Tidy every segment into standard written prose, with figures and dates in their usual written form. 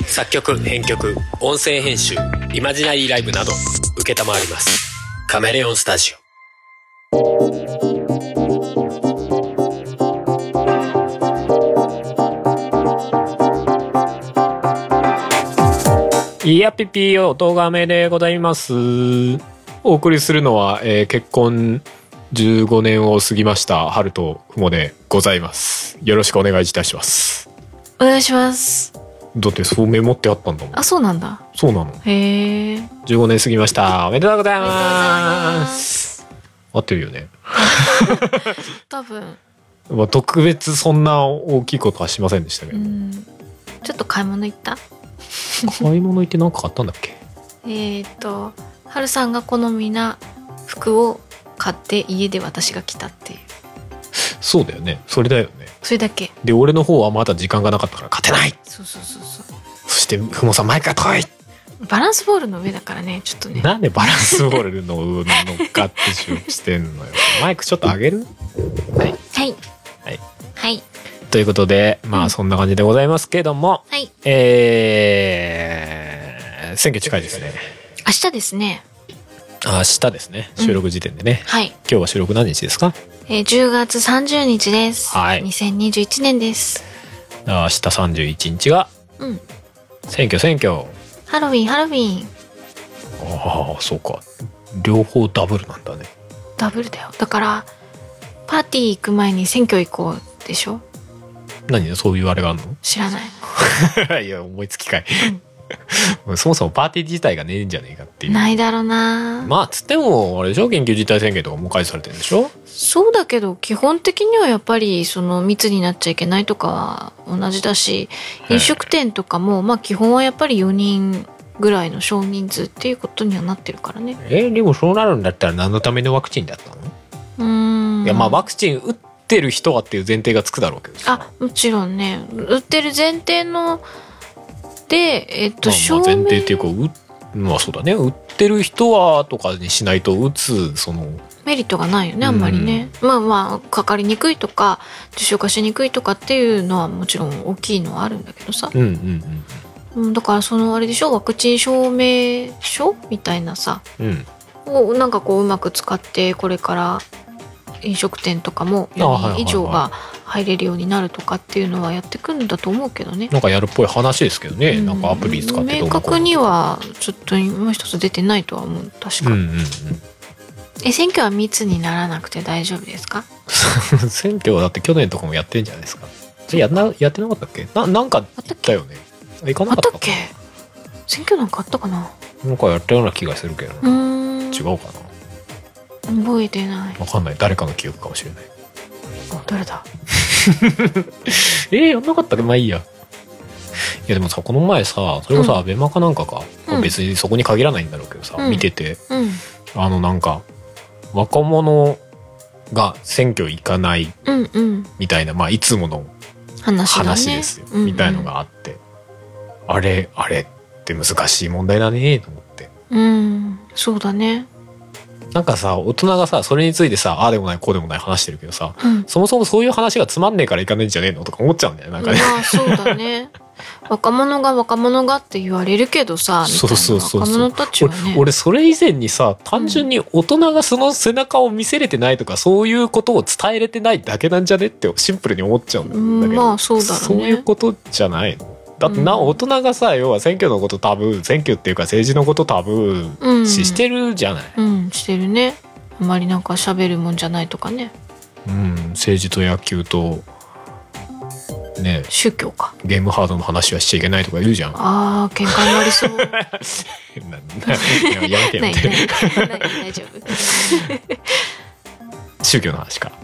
作曲編曲音声編集イマジナリーライブなど承ります。カメレオンスタジオ。いやピピおとがめでございます。お送りするのは、結婚15年を過ぎました春とふもでございます。よろしくお願いいたします。 お願いします。 だってそうメモってあったんだもん。 あ、そうなんだ。 そうなの。 へえ。 15年過ぎました。おめでとうございます。合ってるよね。 多分。 まあ特別そんな大きいことはしませんでしたけど。 ちょっと買い物行った？ 買い物行って何か買ったんだっけ？ 春さんが好みな服を買って家で私が着たっていう。 そうだよね。それだよね。 それだけで俺の方はまだ時間がなかったから勝てない。 そう。 そしてふもさんマイクが遠い。 バランスボールの上だからね、ちょっとね。 なんでバランスボールの上乗っかってしてんのよ。マイクちょっと上げる？はいということでまあそんな感じでございますけども、 はい、 選挙近いですね。 明日ですね。 明日ですね。収録時点でね。 はい。 今日は収録何日ですか ？10月30日です。 はい。 2021年です。 明日31日が選挙。 ハロウィン。 ああ、そうか。両方ダブルなんだね。 ダブルだよ。だからパーティー行く前に選挙行こうでしょ。 何そういうあれがあるの？ 知らない。 いや思いつきかい。そもそもパーティー自体がねえんじゃねえかっていう。 ないだろうな。 まあつってもあれでしょ、緊急事態宣言とかも開始されてるんでしょ。 そうだけど基本的にはやっぱりその密になっちゃいけないとかは同じだし、飲食店とかもまあ基本はやっぱり4人ぐらいの少人数っていうことにはなってるからね。 でもそうなるんだったら何のためのワクチンだったの？いやまあワクチン打ってる人はっていう前提がつくだろうけどさ。 あ、もちろんね。打ってる前提のでまあ前提っていうかまあそうだね。打ってる人はとかにしないと打つそのメリットがないよね、あんまりね。まあかかりにくいとか重症化しにくいとかっていうのはもちろん大きいのはあるんだけどさ。だからそのあれでしょ、ワクチン証明書みたいなさ、をなんかこううまく使ってこれから飲食店とかも4人以上が入れるようになるとかっていうのはやってくんだと思うけどね。なんかやるっぽい話ですけどね。なんかアプリ使って明確にはちょっと今一つ出てないとは思う。確か。選挙は密にならなくて大丈夫ですか？ 選挙はだって去年とかもやってんじゃないですか。やってなかったっけ？なんか言ったよね。行かなかったっけ？ 選挙なんかあったかな？ なんかやったような気がするけど、違うかな。 覚えてない。 わかんない。誰かの記憶かもしれない。 誰だ？ やんなかったっけ？まあいいや。いやでもさ、この前さ、それこそアベマかなんかか、別にそこに限らないんだろうけどさ、見てて、なんか若者が選挙行かないみたいな、まあいつもの話ですよ、みたいのがあって、あれって難しい問題だねと思って。 そうだね。 なんかさ、大人がさ、それについてさ、ああでもないこうでもない話してるけどさ、そもそもそういう話がつまんねえからいかねえんじゃねえのとか思っちゃうんだよ。なんかね。 まあそうだね。若者がって言われるけどさ、みたいな若者たちはね。 俺それ以前にさ、単純に大人がその背中を見せれてないとか、そういうことを伝えれてないだけなんじゃねってシンプルに思っちゃうんだけど。 まあそうだろうね。 そういうことじゃないの？だって大人がさ、要は選挙のことタブー、選挙っていうか政治のことタブー視してるじゃない。 してるね。あまりなんか喋るもんじゃないとかね。 政治と野球とね、 宗教か。 ゲームハードの話はしちゃいけないとか言うじゃん。 ああ、喧嘩になりそう。 やめて。 大丈夫。 宗教の話か。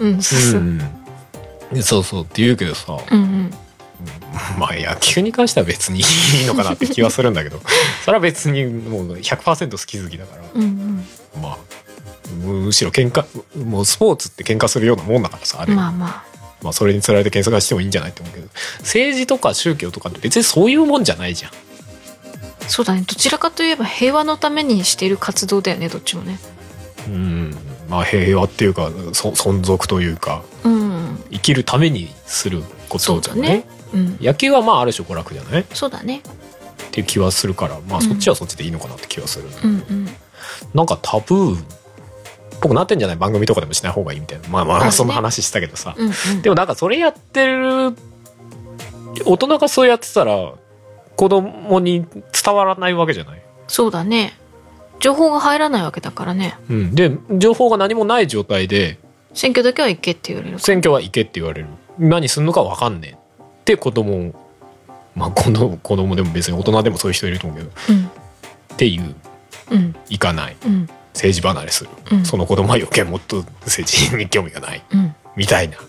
そうって言うけどさ。まあ野球に関しては別にいいのかなって気はするんだけど、それは別にもう 100% 好き好きだから、まあむしろ喧嘩、もうスポーツって喧嘩するようなもんだからさ、あれまあそれにつられて検索してもいいんじゃないって思うけど、政治とか宗教とかって別にそういうもんじゃないじゃん。 そうだね。どちらかといえば平和のためにしている活動だよね、どっちもね。 まあ平和っていうか存続というか、生きるためにすることじゃない。野球はまあある種娯楽じゃない。 そうだね。 っていう気はするから、まあそっちはそっちでいいのかなって気はする、 うんうん、 なんかタブーっぽくなってんじゃない？番組とかでもしない方がいいみたいな、まあまあそんな話したけどさ、 うんうん、 でもなんかそれやってる大人がそうやってたら子供に伝わらないわけじゃない？ そうだね、情報が入らないわけだからね、 うん、で情報が何もない状態で選挙だけは行けって言われる、 選挙は行けって言われる、何すんのか分かんねえって子供、まあ子供でも別に大人でもそういう人いると思うけど、 うん、 っていう、 うん、 行かない、 うん、 政治離れする、 うん、 その子供は余計もっと政治に興味がない、 うん、みたいな、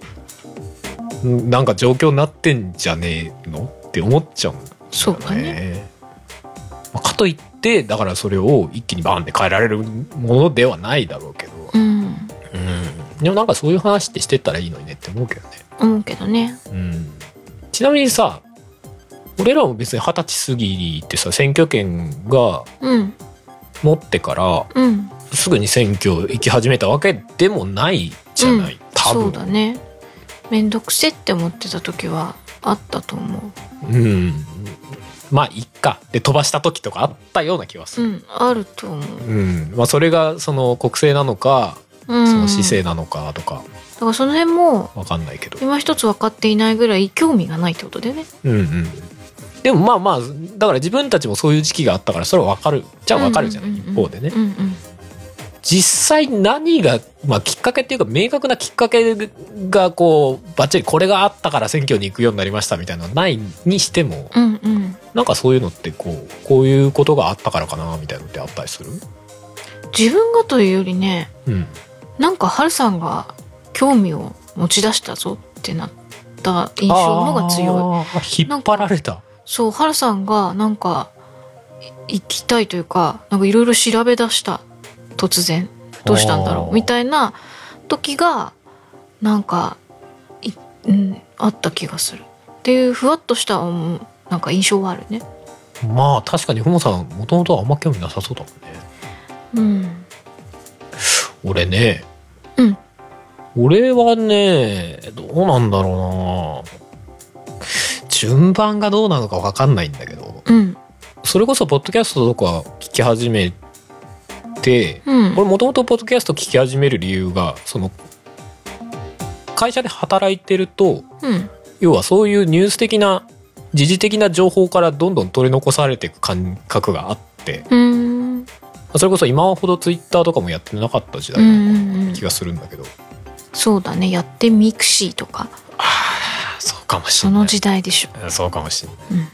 なんか状況になってんじゃねえのって思っちゃうんだよね。 そうだね、 まあ、かといってだからそれを一気にバーンって変えられるものではないだろうけど、 うん、うん、 でもなんかそういう話ってしてったらいいのにねって思うけどね。 思うけどね、 うん、ちなみにさ、俺らも別に20歳過ぎってさ、選挙権が持ってから、 うん、 すぐに選挙行き始めたわけでもないじゃない、多分。 そうだね、めんどくせって思ってた時はあったと思う。 うん、まあいっかで飛ばした時とかあったような気がする。 うん、あると思う。 うん、まあそれがその国政なのか、その市政なのかとか。 だからその辺も分かんないけど、 今一つ分かっていないぐらい興味がないってことだよね。 うんうん。でもまあまあだから自分たちもそういう時期があったからそれは分かるじゃあ分かるじゃない、一方でね、実際何が、まあ、きっかけっていうか明確なきっかけがこうバッチリこれがあったから選挙に行くようになりましたみたいなのないにしても、なんかそういうのってこういうことがあったからかなみたいなのってあったりする？ 自分がというよりね、なんかハルさんが興味を持ち出したぞってなった印象のが強い。 引っ張られた。 そう、ハルさんがなんか行きたいというか、なんかいろいろ調べ出した、突然どうしたんだろうみたいな時がなんかあった気がするっていうふわっとしたなんか印象はあるね。 まあ確かにふもさんもともとあんま興味なさそうだもんね。俺ね、俺はね、どうなんだろうな、順番がどうなのか分かんないんだけど、それこそポッドキャストとか聞き始めて、俺もともとポッドキャスト聞き始める理由が、その会社で働いてると、要はそういうニュース的な時事的な情報からどんどん取り残されていく感覚があって、それこそ今ほどツイッターとかもやってなかった時代な気がするんだけど、 そうだね、やってミクシーとか、 そうかもしれない、 その時代でしょ。 そうかもしれない、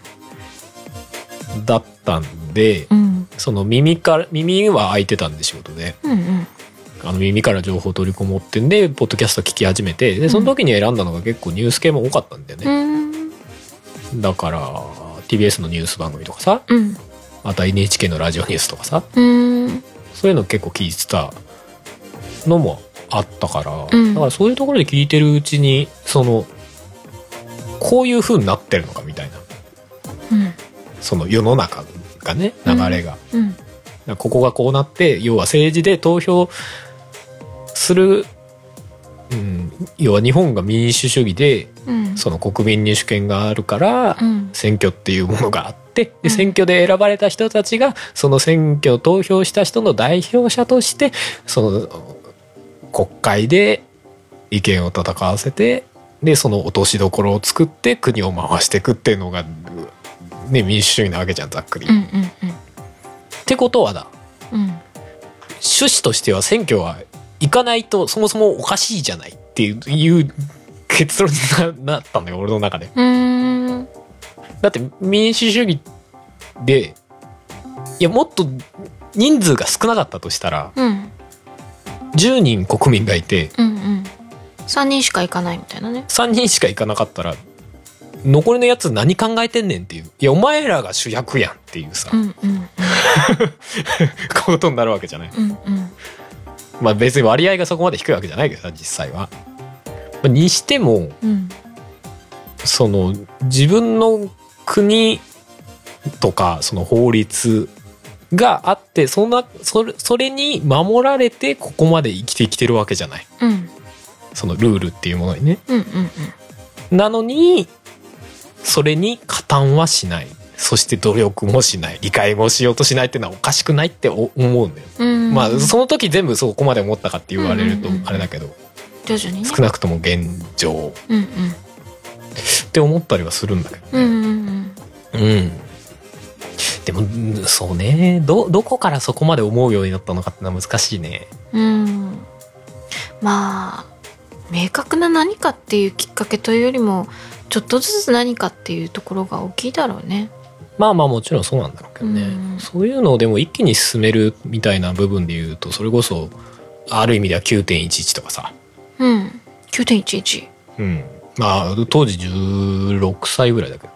だったんで、その耳は開いてたんで仕事で、耳から情報取り込もうってんでポッドキャスト聞き始めて、でその時に選んだのが結構ニュース系も多かったんだよね、だから TBS のニュース番組とかさ、あと NHK のラジオニュースとかさ、そういうの結構聞いてたのもあったから、だからそういうところで聞いてるうちにそのこういう風になってるのかみたいな、その世の中がね、流れが、ここがこうなって、要は政治で投票する、要は日本が民主主義で、その国民に主権があるから、選挙っていうものがあって、で選挙で選ばれた人たちがその選挙を投票した人の代表者としてその国会で意見を戦わせて、でその落としどころを作って国を回していくっていうのが、ね、民主主義なわけじゃん、ざっくり。ってことはだ、趣旨としては選挙は行かないとそもそもおかしいじゃないっていう結論になったんだよ、俺の中で。だって民主主義で、いやもっと人数が少なかったとしたら、10人国民がいて、 3人しか行かないみたいなね。 3人しか行かなかったら残りのやつ何考えてんねんっていう、いやお前らが主役やんっていうさ、ことになるわけじゃない、まあ別に割合がそこまで低いわけじゃないけどさ、実際は。にしても、その自分の国とかその法律があって、それに守られてここまで生きてきてるわけじゃない、そのルールっていうものにね、なのにそれに加担はしない、 そして努力もしない、理解もしようとしないっていうのはおかしくないって思うんだよ、まあその時全部そこまで思ったかって言われるとあれだけど、 徐々にね、 少なくとも現状、って思ったりはするんだけどね。でもそうね、どこからそこまで思うようになったのかってのは難しいね。 まあ明確な何かっていうきっかけというよりもちょっとずつ何かっていうところが大きいだろうね。 まあもちろんそうなんだろうけどね、そういうのをでも一気に進めるみたいな部分で言うと、それこそある意味では 9.11 とかさ、 9.11、 まあ当時16歳ぐらいだけど、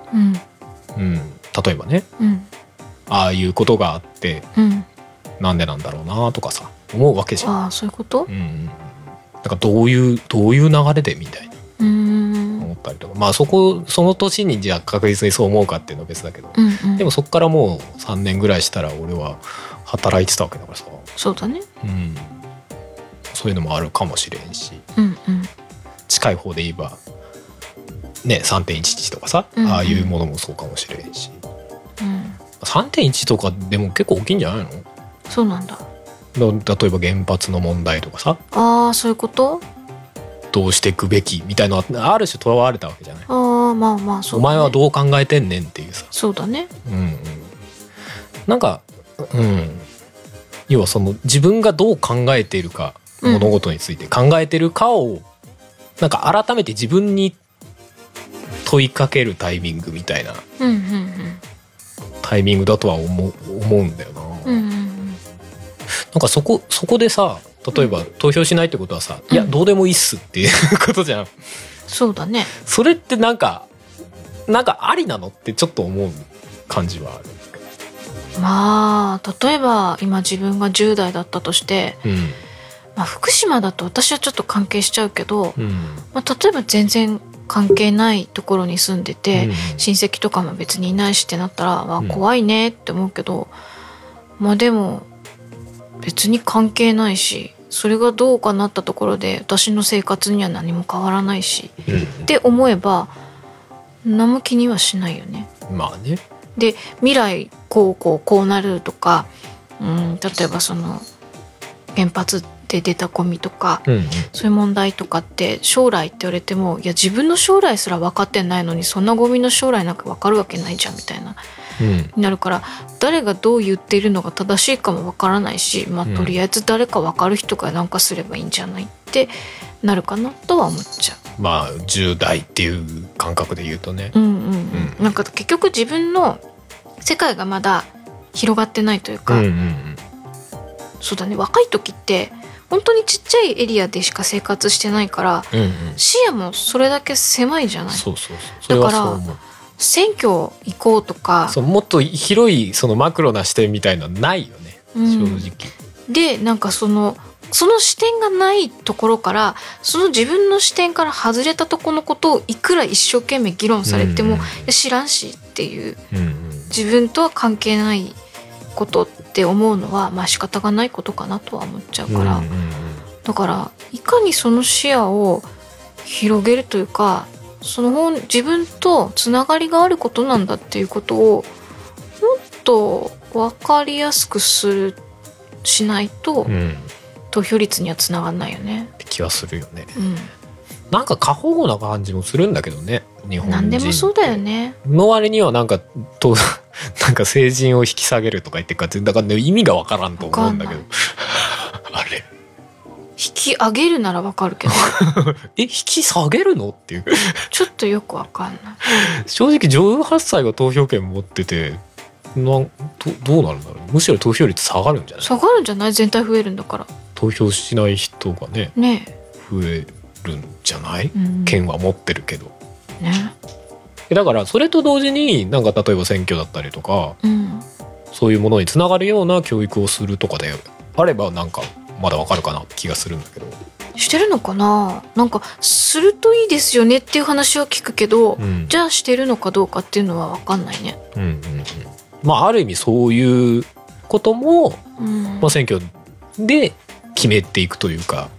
例えばね、ああいうことがあって、なんでなんだろうなとかさ思うわけじゃん。 ああ、そういうこと。 だからどういう流れでみたいな思ったりとか、まあその年にじゃあ確実にそう思うかっていうのは別だけど、でもそこからもう3年ぐらいしたら俺は働いてたわけだからさ。 そうだね。 そういうのもあるかもしれんし、近い方で言えばね 3.11 とかさ、ああいうものもそうかもしれんし、3.1 とかでも結構大きいんじゃないの？ そうなんだ。 例えば原発の問題とかさ、 ああ、そういうこと。 どうしていくべきみたいなのはある種問われたわけじゃない。 ああ、まあまあそうだね。 お前はどう考えてんねんっていうさ。 そうだね。 なんか要はその自分がどう考えているか、物事について考えてるかをなんか改めて自分に問いかけるタイミングみたいなタイミングだとは思うんだよな。なんかそこでさ、例えば投票しないってことはさ、いやどうでもいいっすっていうことじゃん。 そうだね。 それってなんかありなのってちょっと思う感じはある。 まあ例えば今自分が10代だったとして、まあ、福島だと私はちょっと関係しちゃうけど、まあ、例えば全然関係ないところに住んでて、親戚とかも別にいないしってなったら、怖いねって思うけど、まあでも別に関係ないし、それがどうかなったところで私の生活には何も変わらないし、って思えば何も気にはしないよね。 まあね。 で未来こうなるとか、例えばその原発で出たゴミとか、そういう問題とかって将来って言われても、いや自分の将来すら分かってないのにそんなゴミの将来なんか分かるわけないじゃんみたいな、になるから、誰がどう言っているのが正しいかも分からないし、まあとりあえず誰か分かる人が何かすればいいんじゃないってなるかなとは思っちゃう。まあ 10代っていう感覚で言うとね、 なんか結局自分の世界がまだ広がってないというか、そうだね、若い時って本当にちっちゃいエリアでしか生活してないから、視野もそれだけ狭いじゃない。だから選挙行こうとか、 もっと広いそのマクロな視点みたいなのないよね、正直。でなんかその視点がないところから、その自分の視点から外れたところのことをいくら一生懸命議論されても、知らんしっていう、自分とは関係ないことって思うのはまあ仕方がないことかなとは思っちゃうから、だからいかにその視野を広げるというか、自分とつながりがあることなんだっていうことをもっと分かりやすくしないと、投票率にはつながんないよねって気はするよね。なんか過保護な感じもするんだけどね、日本人。 何でもそうだよね。 の割にはなんか成人を引き下げるとか言ってか、だから、ね、意味がわからんと思うんだけどあれ引き上げるならわかるけど引き下げるのっていうちょっとよくわかんない正直18歳が投票権持っててどうなるんだろう。むしろ投票率下がるんじゃない？ 下がるんじゃない？全体増えるんだから。 投票しない人がね増えるんじゃない？権は持ってるけどね。 だからそれと同時になんか例えば選挙だったりとか、そういうものにつながるような教育をするとかであればなんかまだわかるかなって気がするんだけど。 してるのかな。なんかするといいですよねっていう話は聞くけど、じゃあしてるのかどうかっていうのはわかんないね。 まあある意味そういうことも、まあ、選挙で決めていくというか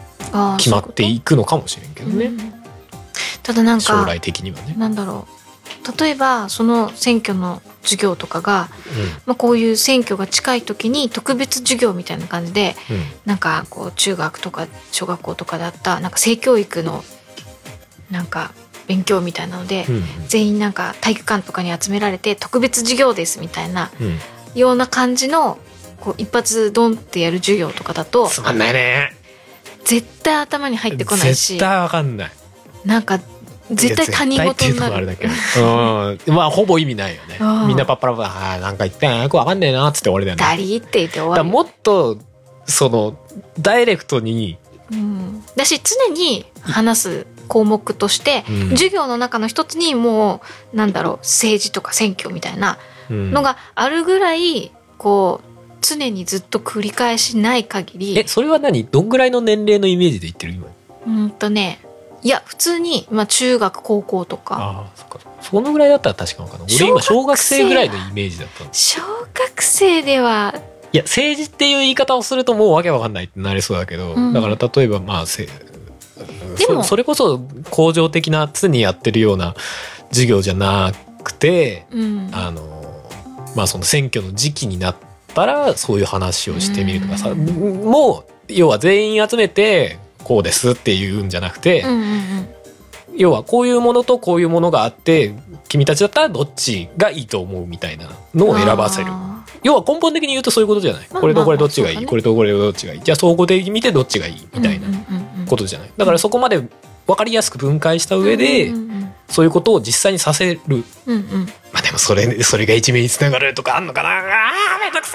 決まっていくのかもしれんけどね。 ただなんか将来的にはね。 なんだろ例えばその選挙の授業とかが、まあ、こういう選挙が近い時に特別授業みたいな感じで、なんかこう中学とか小学校とかだったなんか性教育のなんか勉強みたいなので、全員なんか体育館とかに集められて特別授業ですみたいなような感じのこう一発ドンってやる授業とかだとつまんないね。 絶対頭に入ってこないし、 絶対わかんない。 なんか絶対他人事になる。 あれだけど、まあほぼ意味ないよね。みんなパッパラパラなんか言ってよくわかんねえなっつって終わりだよね。 ダリって言って終わる。 もっとそのダイレクトに、 だし常に話す項目として、授業の中の一つにもうなんだろう政治とか選挙みたいなのがあるぐらいこう常にずっと繰り返しない限り。 それは何？どんぐらいの年齢のイメージで言ってる今？ いや普通に、まあ、中学高校とか。 そっか。そのぐらいだったら確かにかな。俺今小学生ぐらいのイメージだったの。 小学生ではいや政治っていう言い方をするともうわけわかんないってなりそうだけど、だから例えばまあでもそれこそ恒常的な常にやってるような授業じゃなくて、まあその選挙の時期になったらそういう話をしてみるとかさ、もう要は全員集めてこうですっていうんじゃなくて、要はこういうものとこういうものがあって君たちだったらどっちがいいと思うみたいなのを選ばせる。要は根本的に言うとそういうことじゃない。これとこれどっちがいい、これとこれどっちがいい、じゃあ総合的に見てどっちがいいみたいなことじゃない。だからそこまで分かりやすく分解した上で、そういうことを実際にさせる。まあでもそれが一命につながるとかあんのかな。めんどくさ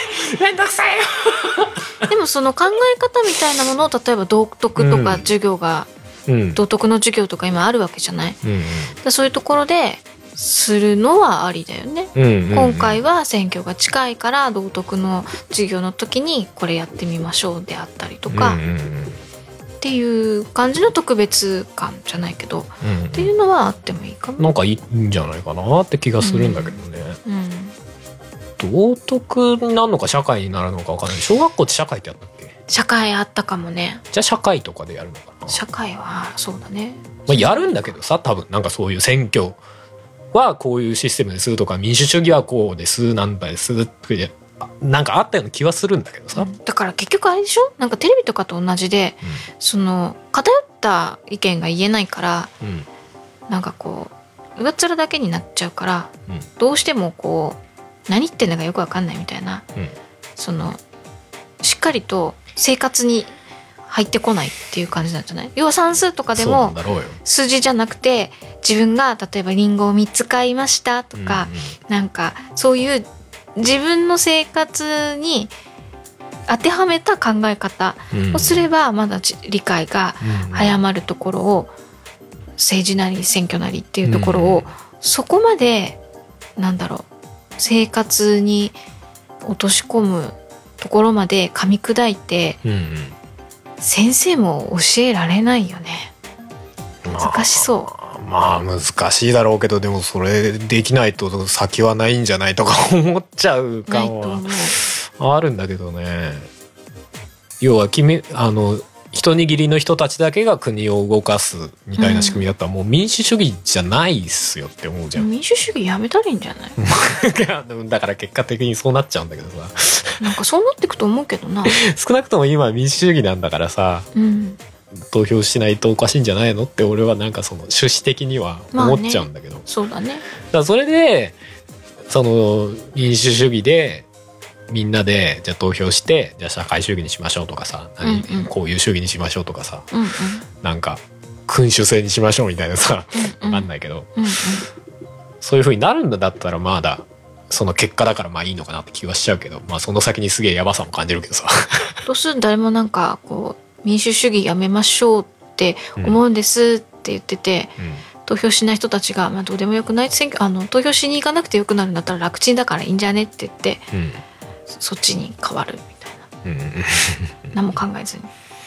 いでもその考え方みたいなものを例えば道徳とか授業が、道徳の授業とか今あるわけじゃない、そういうところでするのはありだよね、今回は選挙が近いから道徳の授業の時にこれやってみましょうであったりとか、っていう感じの特別感じゃないけど、っていうのはあってもいいかも。 なんかいいんじゃないかなって気がするんだけどね、道徳になるのか社会になるのか分かんない。小学校って社会ってやったっけ？ 社会あったかもね。 じゃあ社会とかでやるのかな。 社会はそうだね、 まあ、やるんだけどさ、多分なんかそういう選挙はこういうシステムですとか民主主義はこうですなんだですってなんかあったような気はするんだけどさ、 だから結局あれでしょ、なんかテレビとかと同じで、その偏った意見が言えないから、なんかこう上っ面だけになっちゃうから、どうしてもこう何言ってんのかよく分かんないみたいな、そのしっかりと生活に入ってこないっていう感じなんじゃない？要は算数とかでも数字じゃなくて自分が例えばリンゴを3つ買いましたとか、なんかそういう自分の生活に当てはめた考え方をすればまだ理解が早まるところを、政治なり選挙なりっていうところをそこまでなんだろう生活に落とし込むところまで噛み砕いて、先生も教えられないよね。難しそう。 まあ難しいだろうけど、でもそれできないと先はないんじゃないとか思っちゃう感はあるんだけどね。要は一握りの人たちだけが国を動かすみたいな仕組みだったら、もう民主主義じゃないっすよって思うじゃん。 民主主義やめたらいいんじゃないだから結果的にそうなっちゃうんだけどさなんかそうなってくと思うけどな少なくとも今は民主主義なんだからさ、投票しないとおかしいんじゃないのって俺はなんかその趣旨的には思っちゃうんだけど、 そうだね。だからそれでその民主主義でみんなでじゃあ投票してじゃあ社会主義にしましょうとかさ、こういう主義にしましょうとかさ、なんか君主制にしましょうみたいなさ、分かんないけど、そういう風になるんだったらまだその結果だからまあいいのかなって気はしちゃうけど、まあその先にすげえヤバさも感じるけどさどうする誰もなんかこう民主主義やめましょうって思うんですって言ってて、投票しない人たちが、まあ、どうでもよくない投票しに行かなくてよくなるんだったら楽ちんだからいいんじゃねって言って、そっちに変わるみたいな、何も考えずに、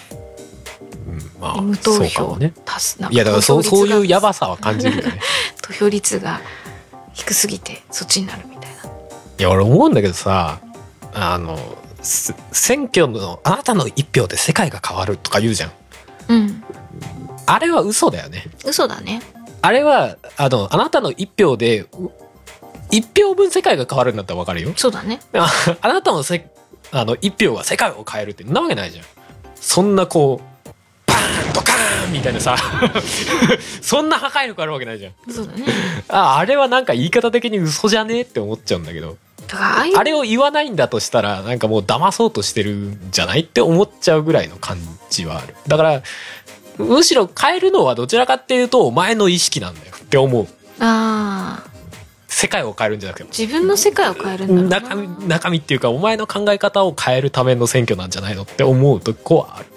無投票ね。いやだからそういうヤバさは感じるよね投票率が低すぎてそっちになるみたいな。 いや俺思うんだけどさ、選挙のあなたの一票で世界が変わるとか言うじゃん。あれは嘘だよね。 嘘だね。 あれはあなたの1票で1票分世界が変わるんだったら分かるよ。 そうだね。 あなたの1票が世界を変えるってなわけないじゃん。そんなこうバーンドカーンみたいなさそんな破壊力あるわけないじゃん。 そうだね。 あれはなんか言い方的に嘘じゃねえって思っちゃうんだけど、 だからあれを言わないんだとしたらなんかもう騙そうとしてるんじゃないって思っちゃうぐらいの感じはある。だからむしろ変えるのはどちらかっていうとお前の意識なんだよって思う。 ああ、 世界を変えるんじゃなくて自分の世界を変えるんだろうな。 中身っていうかお前の考え方を変えるための選挙なんじゃないのって思うとこはある。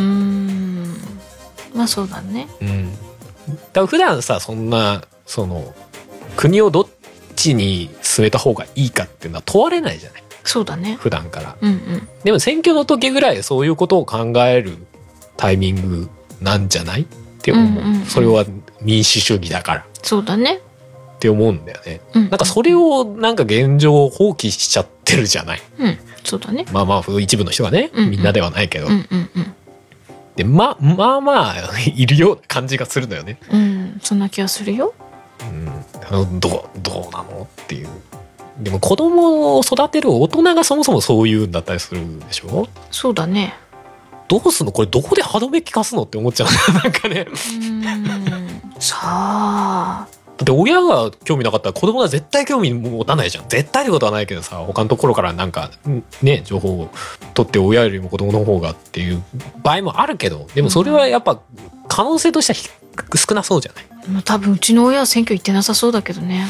まあそうだね。 だから普段さ、そんな国をどっちに進めた方がいいかっていうのは問われないじゃない。 そうだね。 普段から、 でも選挙の時ぐらいそういうことを考えるタイミングなんじゃないって思う。それは民主主義だから。 そうだね。 って思うんだよね。なんかそれをなんか現状放棄しちゃってるじゃない。 そうだね。 まあ一部の人がね、みんなではないけど。でまあいるような感じがするのよね。 そんな気がするよ。 どうなのっていう。でも子供を育てる大人がそもそもそういうんだったりするでしょ。 そうだね。 どうすんのこれ、どこで歯止め効かすのって思っちゃうなんかね。 さあ、 だって親が興味なかったら子供が絶対興味持たないじゃん。絶対ってことはないけどさ、他のところからなんかね情報を取って親よりも子供の方がっていう場合もあるけど、でもそれはやっぱ可能性としては少なそうじゃない。 もう多分うちの親は選挙行ってなさそうだけどね。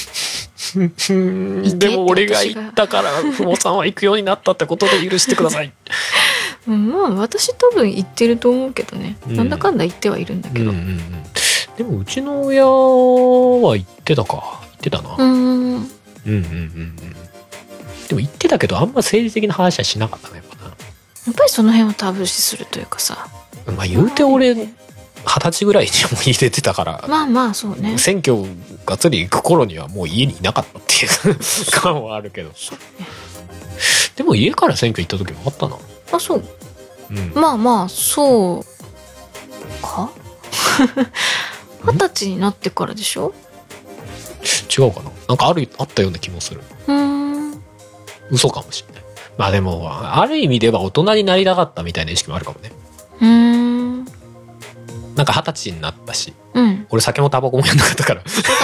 でも俺が行ったからふもさんは行くようになったってことで許してください。 まあ私多分行ってると思うけどね、なんだかんだ言ってはいるんだけど、 でもうちの親は言ってたな。でも言ってたけどあんま政治的な話はしなかったね。 やっぱりその辺はタブー視するというかさ、 まあ言うて俺20歳ぐらいにも入れてたから、 まあそうね、 選挙がっつり行く頃にはもう家にいなかったっていう感はあるけど、でも家から選挙行った時もあったな。 あ、そう、まあそうか。20歳になってからでしょ。 違うかな、なんかあったような気もする。嘘かもしれない。まあでもある意味では大人になりたかったみたいな意識もあるかもね。なんか20歳になったし、俺酒もタバコもやんなかったから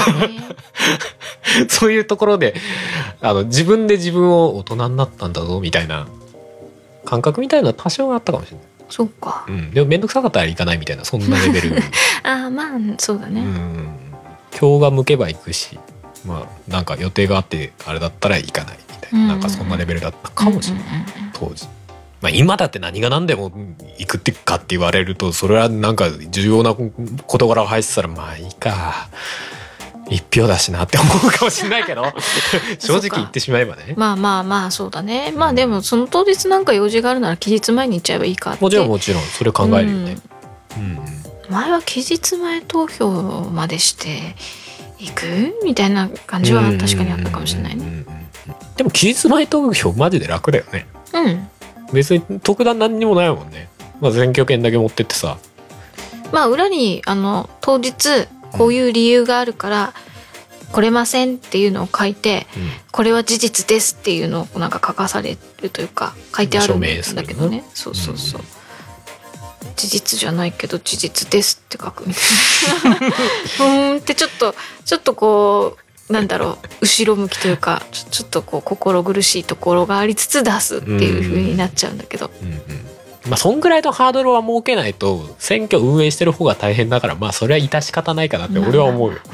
そういうところで自分で自分を大人になったんだぞみたいな感覚みたいな多少あったかもしれない。 そうか。 でも面倒くさかったら行かないみたいな、そんなレベル。 まあそうだね。 今日が向けば行くし、まあなんか予定があってあれだったら行かないみたいな、なんかそんなレベルだったかもしれない、当時。まあ今だって何が何でも行くってかって言われると、それはなんか重要な事柄を排出したらまあいいか、一票だしなって思うかもしれないけど正直言ってしまえばね。 まあそうだね。まあでもその当日なんか用事があるなら期日前に行っちゃえばいいかって。 もちろんそれ考えるよね。 前は期日前投票までしていくみたいな感じは確かにあったかもしれないね。 でも期日前投票マジで楽だよね。別に特段何にもないもんね。まあ選挙権だけ持ってってさ、 まあ裏に当日こういう理由があるから来れませんっていうのを書いて、これは事実ですっていうのをなんか書かされるというか書いてあるんだけどね。そう、事実じゃないけど事実ですって書くみたいなってちょっとこうなんだろう、後ろ向きというかちょっとこう心苦しいところがありつつ出すっていう風になっちゃうんだけど、 まあそんぐらいのハードルは設けないと選挙運営してる方が大変だから、まあそれは致し方ないかなって俺は思うよ。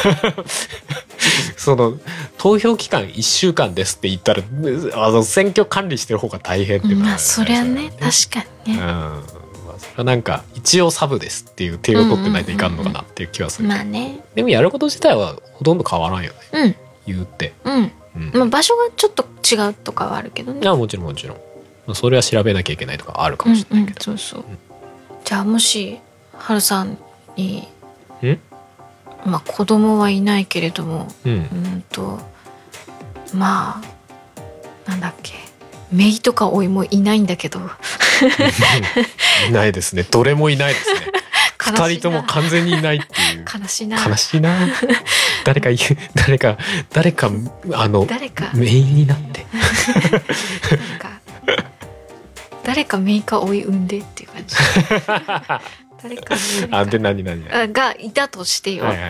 投票期間1週間ですって言ったら選挙管理してる方が大変っていうのは、 まあそりゃね、確かにね。 それはなんか一応サブですっていう手を取ってないといかんのかなっていう気はする。 まあね。 でもやること自体はほとんど変わらんよね。言うて。まあ場所がちょっと違うとかはあるけどね。 もちろん。それは調べなきゃいけないとかあるかもしれないけど。 そう。じゃあもしはるさんにまあ子供はいないけれども、まあなんだっけ、姪とか甥もいないんだけどいないですね。どれもいないですね。 2人とも完全にいないっていう悲しいな誰かメインになって誰かメインか追い産んでっていう感じ誰かで何がいたとしてよ、 はいはいはい、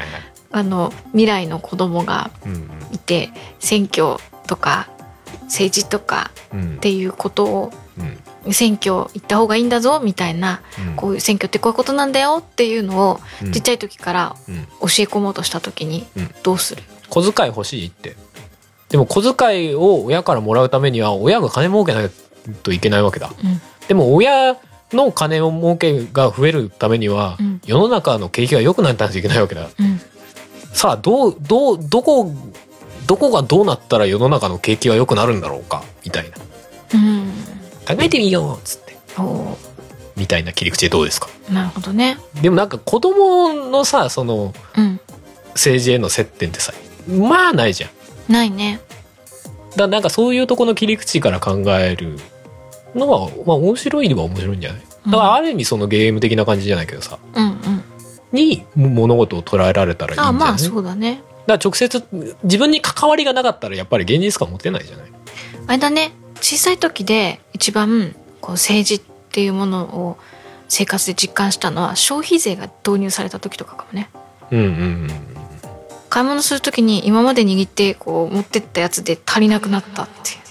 未来の子供がいて、選挙とか政治とかっていうことを、選挙行った方がいいんだぞみたいな、こういう選挙ってこういうことなんだよっていうのを、ちっちゃい時から教え込もうとした時にどうする？ 小遣い欲しいって。でも小遣いを親からもらうためには親が金儲けないといけないわけだ、でも親の金を儲けが増えるためには、世の中の景気が良くならないといけないわけだ、さあどこがどうなったら世の中の景気が良くなるんだろうかみたいな、考えてみようっつってみたいな切り口でどうですか？ なるほどね。 でもなんか子供のさその、政治への接点ってさまあないじゃん。 ないね。 なんかそういうとこの切り口から考えるのは、まあ面白いんじゃない？だからある意味そのゲーム的な感じじゃないけどさ、に物事を捉えられたらいいんじゃない？ まあそうだね。 だから直接自分に関わりがなかったらやっぱり現実感持てないじゃない？ あれだね、小さい時で一番こう政治っていうものを生活で実感したのは消費税が導入された時とかかもね。買い物する時に今まで握ってこう持ってったやつで足りなくなったって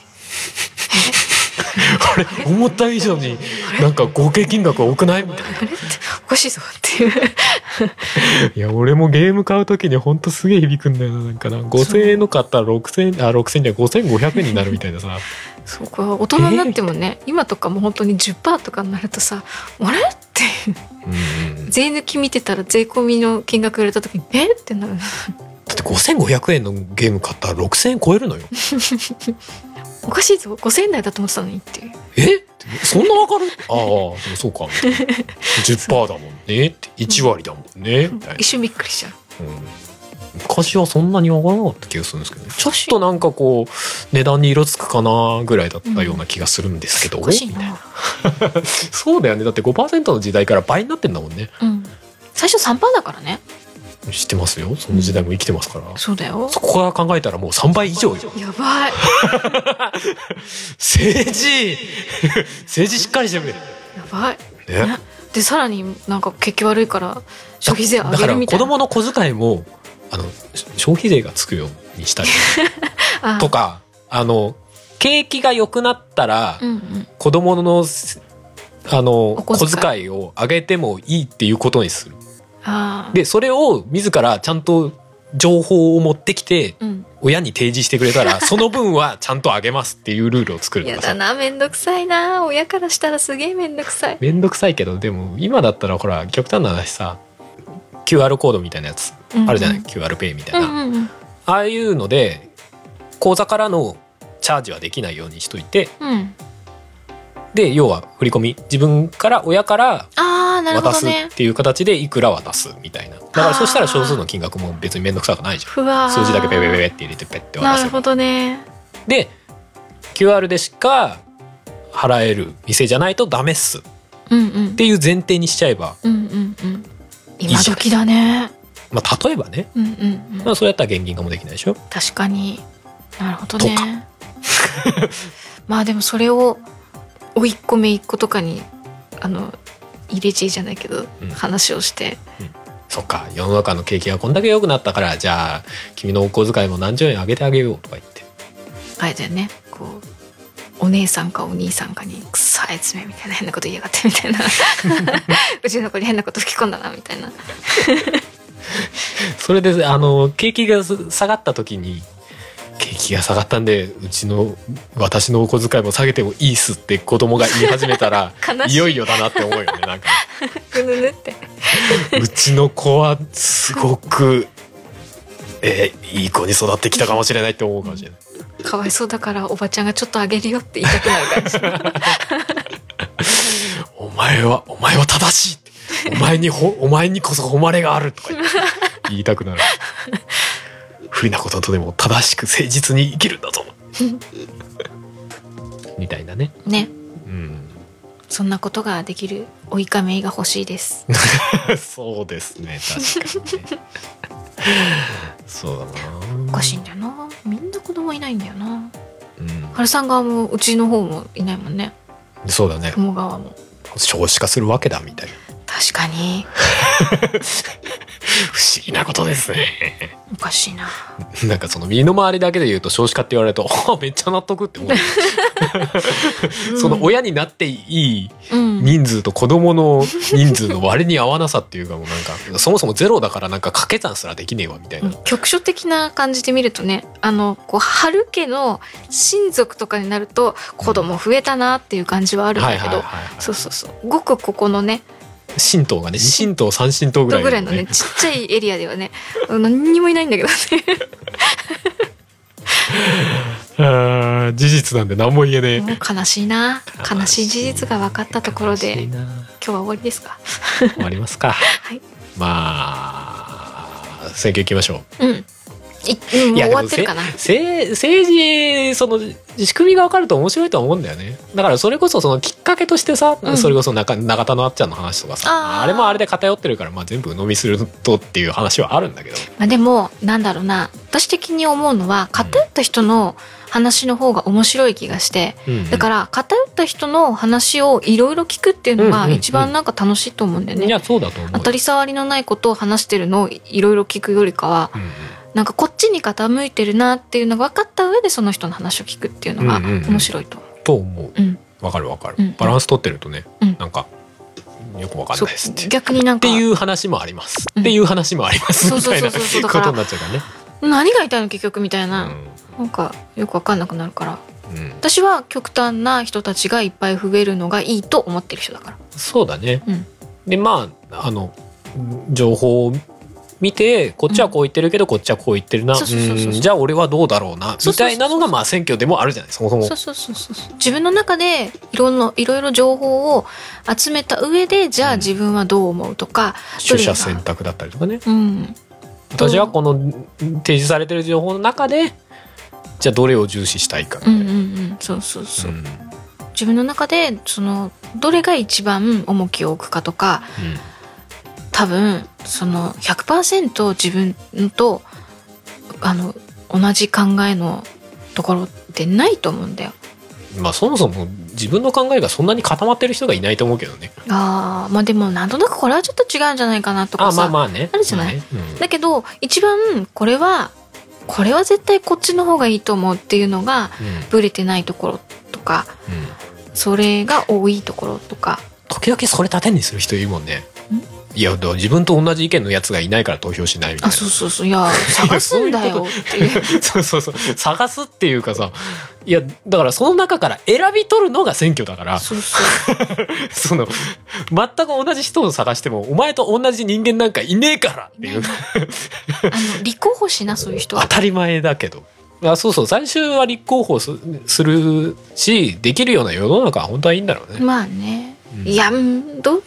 あれ思った以上になんか合計金額多くないみたいな、 あれっておかしいぞっていういや俺もゲーム買う時にほんとすげえ響くんだよな。なんかな5000円の買ったら6000じゃ5500円になるみたいなさそうか、大人になってもね、今とかも本当に 10% とかになるとさ、あれって税抜き見てたら税込みの金額言われた時にってなる。だって5500円のゲーム買ったら6000円超えるのよおかしいぞ、5000円台だと思ってたのにっていう。 そんなわかる？ああでもそうか10% だもんねって1割だもんねみたいな、 一瞬びっくりしちゃう、 昔はそんなにわからなかった気がするんですけど、ね、ちょっとなんかこう値段に色つくかなぐらいだったような気がするんですけど、 おかしいなそうだよね。だって 5% の時代から倍になってんだもんね、 最初 3% だからね。 知ってますよ、その時代も生きてますから、 そうだよ。 そこから考えたらもう3倍以上よ。 やばい政治しっかりしてくれ。やばい、ね、でさらになんか景気悪いから消費税上げるみたいな。だから子供の小遣いも消費税がつくようにしたりとか景気が良くなったら、子供の小遣いを上げてもいいっていうことにする。でそれを自らちゃんと情報を持ってきて、親に提示してくれたらその分はちゃんと上げますっていうルールを作るとかさ。 やだな、めんどくさいな、親からしたらすげえめんどくさい。 めんどくさいけど、でも今だったらほら極端な話さ QR コードみたいなやつあるじゃない、QR ペイみたいな、ああいうので口座からのチャージはできないようにしといて、で要は振り込み自分から親から渡すっていう形でいくら渡すみたいな。だからそしたら少数の金額も別に面倒くさくないじゃん。数字だけペペペペって入れてペッて渡す。 なるほどね。 で QR でしか払える店じゃないとダメっすっていう前提にしちゃえばいいじゃん。 今時だね。 まあ例えばね、まあそれやったら現金化もできないでしょ。 確かに。なるほどね。まあでもそれを甥っ子姪っ子とかに入れ知恵じゃないけど、話をして、 そっか世の中の景気がこんだけ良くなったからじゃあ君のお小遣いも何十円あげてあげようとか言って、 あれだよね、こうお姉さんかお兄さんかに臭い爪みたいな変なこと言いやがってみたいなうちの子に変なこと吹き込んだなみたいなそれで景気が下がった時に景気が下がったんで私のお小遣いも下げてもいいっすって子供が言い始めたらいよいよだなって思うよね。なんかぐぬぬってうちの子はすごくいい子に育ってきたかもしれないって思うかもしれない。 かわいそうだからおばちゃんがちょっとあげるよって言いたくなる感じお前は正しいお前にこそ誉れがあるとか言いたくなる不利なこととでも正しく誠実に生きるんだぞみたいなね。 そんなことができる追い亀が欲しいですそうですね、確かにねそうだな、 おかしいんだよな、みんな子供いないんだよな。 うん、 春さん側もうちの方もいないもんね。 そうだね、 友側も少子化するわけだみたいな。 確かに不思議なことですね。 おかしいな。 なんかその身の回りだけで言うと少子化って言われるとめっちゃ納得って思う、うん、その親になっていい人数と子供の人数の割に合わなさっていうか、もうなんかそもそもゼロだからなんか掛け算すらできねえわみたいな、 局所的な感じで見るとね、こう春家の親族とかになると子供増えたなっていう感じはあるんだけど、そうそうそう、ごくここのね神道がね、2神道3神道ぐらいのねちっちゃいエリアではね何にもいないんだけどねあ、事実なんで何も言えねえ。 もう悲しいな。悲しい事実が分かったところで今日は終わりですか終わりますかはい、 まあ選挙行きましょう。 もう終わってるかな。 政治その仕組みが分かると面白いと思うんだよね。だからそれこそそのきっかけとしてさ、それこそ永田のあっちゃんの話とかさ、あれもあれで偏ってるから、まあ、全部鵜呑みするとっていう話はあるんだけど、 まあ、でもなんだろうな、私的に思うのは偏った人の話の方が面白い気がして、だから偏った人の話をいろいろ聞くっていうのが一番なんか楽しいと思うんだよね。 いやそうだと思う。 当たり障りのないことを話してるのをいろいろ聞くよりかは、なんかこっちに傾いてるなっていうのが分かった上でその人の話を聞くっていうのが面白いと思う。 と思う。わかるわかる。バランス取ってるとね、なんかよくわかんないですって。 逆になんかっていう話もあります。っていう話もありますみたいなことになっちゃうからね。 何が言いたいの結局みたいな、なんかよくわかんなくなるから。私は極端な人たちがいっぱい増えるのがいいと思ってる人だから。 そうだね。でまあ情報を見てこっちはこう言ってるけど、こっちはこう言ってるな、じゃあ俺はどうだろうなみたいなのがまあ選挙でもあるじゃない、そもそも。 自分の中でいろいろ情報を集めた上で、じゃあ自分はどう思うとか、 取捨選択だったりとかね、私はこの提示されてる情報の中でじゃあどれを重視したいかみたいな。 自分の中でそのどれが一番重きを置くかとか、多分その 100% 自分と同じ考えのところってないと思うんだよ。 まあそもそも自分の考えがそんなに固まってる人がいないと思うけどね。 まあでもなんとなくこれはちょっと違うんじゃないかなとかさ、 まあね、 あるじゃない、だけど一番これは絶対こっちの方がいいと思うっていうのがブレてないところとか、それが多いところとか。 時々それ盾にする人いるもんね。いや自分と同じ意見のやつがいないから投票しないみたいな。 そういや探すんだよっていうそう探すっていうかさ、いやだからその中から選び取るのが選挙だから、その全く同じ人を探してもお前と同じ人間なんかいねえからっていう、 立候補しな、そういう人は当たり前だけど、最終は立候補するし、できるような世の中は本当はいいんだろうね。 まあね、いやあんまり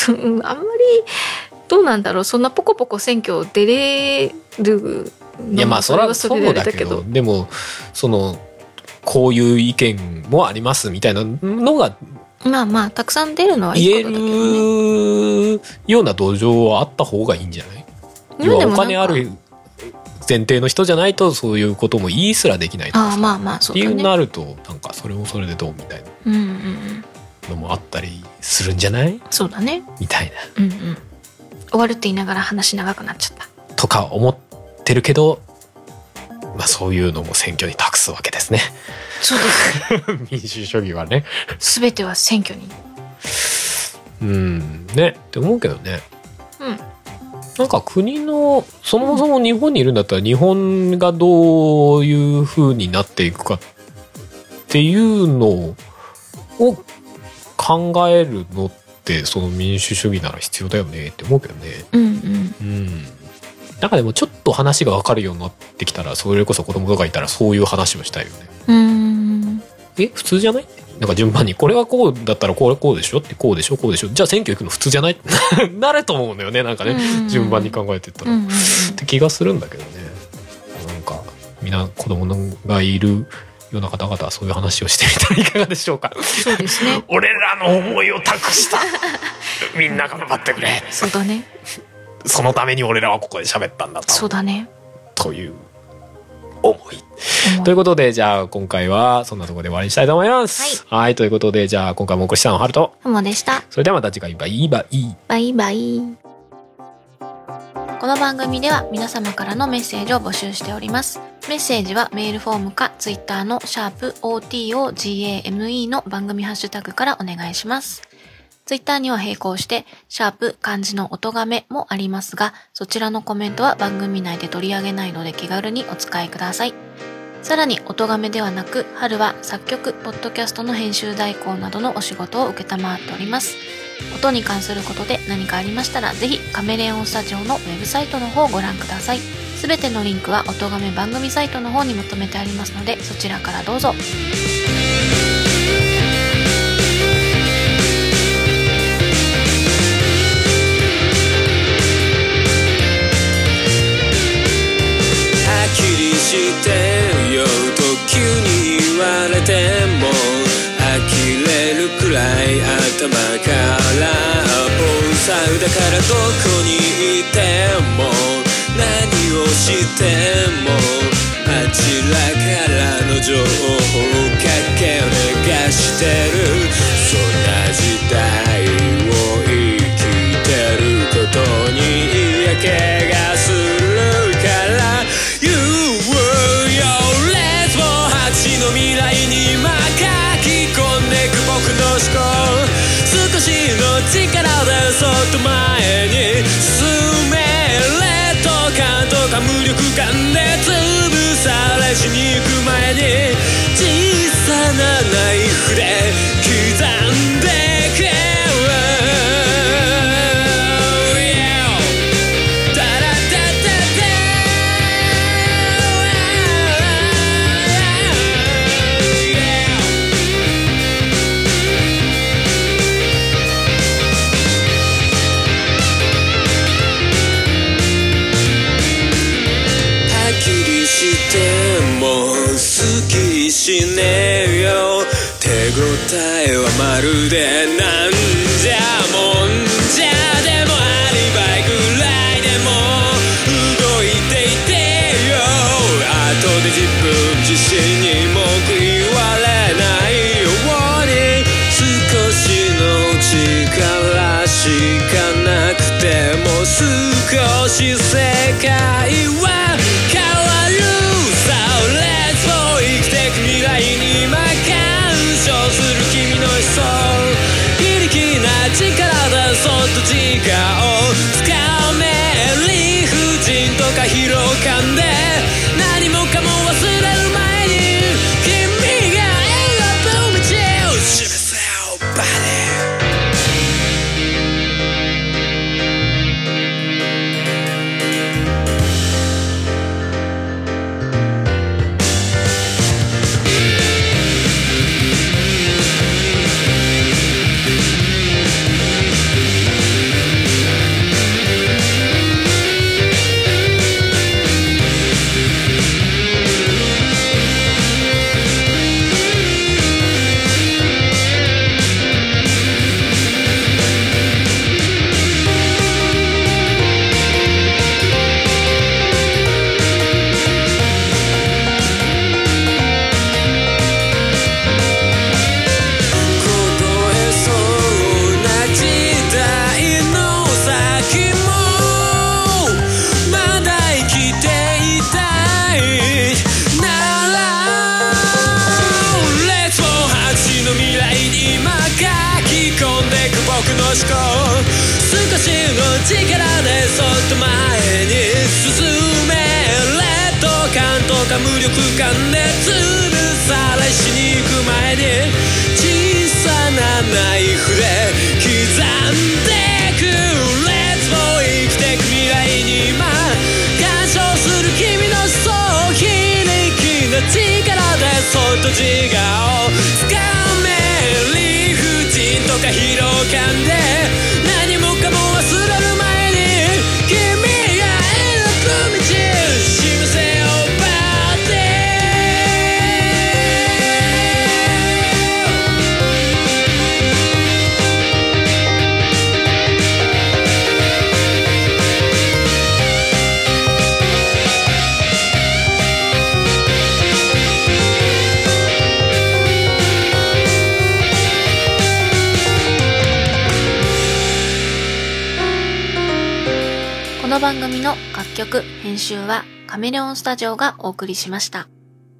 どうなんだろう、そんなポコポコ選挙出れるの。 いやまあそれはそうだけど、でもこういう意見もありますみたいなのがまあたくさん出るのはいいことだけどね。 言えるような土壌はあった方がいいんじゃない？要はお金ある前提の人じゃないとそういうことも言いすらできないとかさ、 そうだね、 っていうなるとなんかそれもそれでどうみたいなのもあったりするんじゃない？ そうだね、 みたいな、 終わるって言いながら話長くなっちゃったとか思ってるけど、まあそういうのも選挙に託すわけですね。 そうですね民主主義はね、 全ては選挙にねって思うけどね。なんか国のそもそも日本にいるんだったら日本がどういう風になっていくかっていうのを考えるのってその民主主義なら必要だよねって思うけどね。なんかでもちょっと話が分かるようになってきたら、それこそ子供とかいたらそういう話をしたいよね。普通じゃない？なんか順番にこれはこうだったらこれこうでしょってこうでしょこうでしょ、じゃあ選挙行くの普通じゃないなると思うんだよね。なんかね、順番に考えてったらって気がするんだけどね。なんかみんな子供がいるような方々はそういう話をしてみたらいかがでしょうか。 そうですね。 俺らの思いを託したみんな頑張ってくれ。 そうだね。 そのために俺らはここで喋ったんだと。 そうだね。 という思い。ということで、じゃあ今回はそんなところで終わりにしたいと思います。はい、ということで、じゃあ今回もお送りしたのはハルとふもでした。 それではまた次回、バイバイ。 バイバイ。この番組では皆様からのメッセージを募集しております。メッセージはメールフォームかツイッターの#OTOGAME の番組ハッシュタグからお願いします。ツイッターには並行して漢字の音がめもありますが、そちらのコメントは番組内で取り上げないので気軽にお使いください。さらに音がめではなく、春は作曲、ポッドキャストの編集代行などのお仕事を受けたまわっております。音に関することで何かありましたら、ぜひカメレオンスタジオのウェブサイトの方をご覧ください。すべてのリンクは音がめ番組サイトの方にまとめてありますので、そちらからどうぞ。 してよと急に言われても呆れるくらい頭からボンサウだからどこにいても何をしてもあちらからの情報を駆け流してる。そんな時代を生きてることに嫌気がするからの未来に今書き込んでく僕の思考、少しの力でそっと前に進め劣等感とか無力感で潰されしに行く前に小さなナイフで刻んでくしねえよ。手応えはまるでなんじゃもんじゃ。でもアリバイぐらいでも動いていてよ。後で自分自身に文句言われないように少しの力しかなくても少し世界は変わるさ。未来に今干渉する君の思想、非力な力でそっと自我をつかめ。理不尽とか疲労感で何もかも忘れる前に君が選ぶ道を示せよバディ。少しの力でそっと前に進め。劣等感とか無力感で潰されしに行く前に小さなナイフで刻んでく。Let's go 生きてく未来に今干渉する君の思想、非力な力でそっと自我をつかめ。理不尽とか疲労感で何もかも忘れる前に君が選ぶ道示せよバディ。 の番組の楽曲編集はカメレオンスタジオがお送りしました。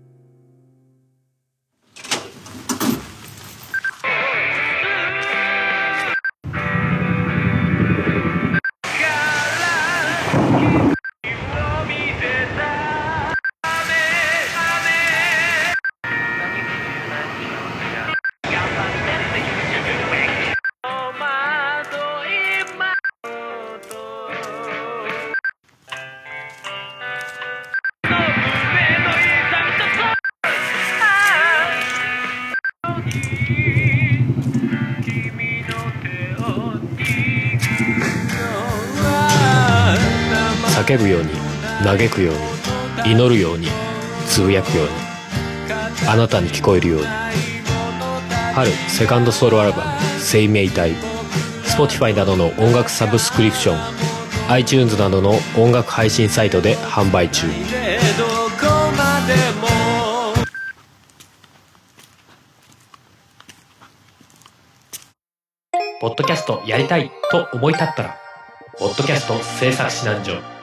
叫ぶように嘆くように祈るようにつぶやくようにあなたに聞こえるように。春セカンドソロアルバム生命体 Spotify などの音楽サブスクリプション iTunes などの音楽配信サイトで販売中。ポッドキャストやりたいと思い立ったらポッドキャスト制作指南所